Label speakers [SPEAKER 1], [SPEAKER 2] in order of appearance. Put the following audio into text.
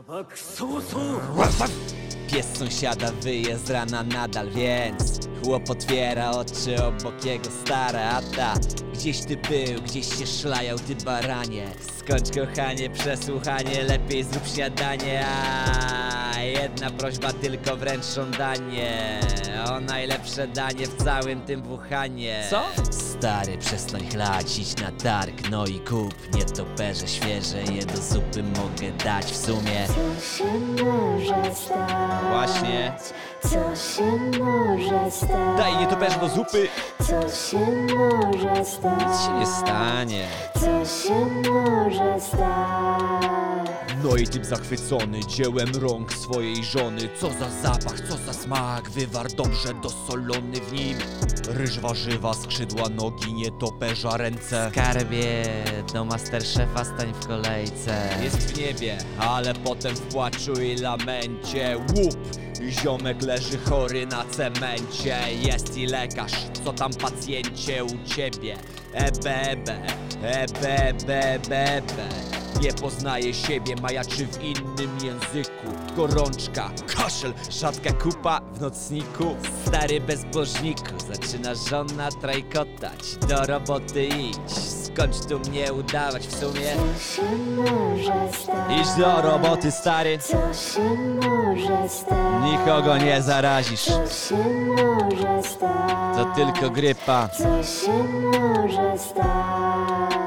[SPEAKER 1] Pies sąsiada wyje z rana nadal, więc chłop otwiera oczy obok jego stara. A ta, gdzieś ty był, gdzieś się szlajał, ty baranie. Skończ kochanie, przesłuchanie, lepiej zrób śniadanie. A jedna prośba, tylko wręcz żądanie o najlepsze danie w całym tym wuchanie.
[SPEAKER 2] Co?
[SPEAKER 1] Stary, przestań chlać, idź na targ, no i kup nietoperze świeże, je do zupy mogę dać w sumie.
[SPEAKER 3] Co się może stać?
[SPEAKER 1] Właśnie.
[SPEAKER 3] Co się może stać?
[SPEAKER 1] Daj nietoperze do zupy.
[SPEAKER 3] Co się może stać?
[SPEAKER 1] Nic się nie stanie.
[SPEAKER 3] Co się może stać?
[SPEAKER 1] No i typ zachwycony dziełem rąk swojej żony. Co za zapach, co za smak, wywar dobrze dosolony w nim. Ryż, warzywa, skrzydła, nogi, nietoperza, ręce. Skarbie, do Masterchefa stań w kolejce. Jest w niebie, ale potem w płaczu i lamencie. Łup! Ziomek leży chory na cemencie. Jest i lekarz, co tam pacjencie u ciebie? Ebe. Nie poznaje siebie, majaczy w innym języku. Gorączka, kaszel, rzadka kupa w nocniku. Stary bezbożniku, zaczyna żona trajkotać. Do roboty idź, skończ tu mnie udawać w sumie.
[SPEAKER 3] Co się może stać?
[SPEAKER 1] Idź do roboty, stary,
[SPEAKER 3] Co się może stać?
[SPEAKER 1] nikogo nie zarazisz.
[SPEAKER 3] Co się może stać?
[SPEAKER 1] To tylko grypa.
[SPEAKER 3] Co się może stać?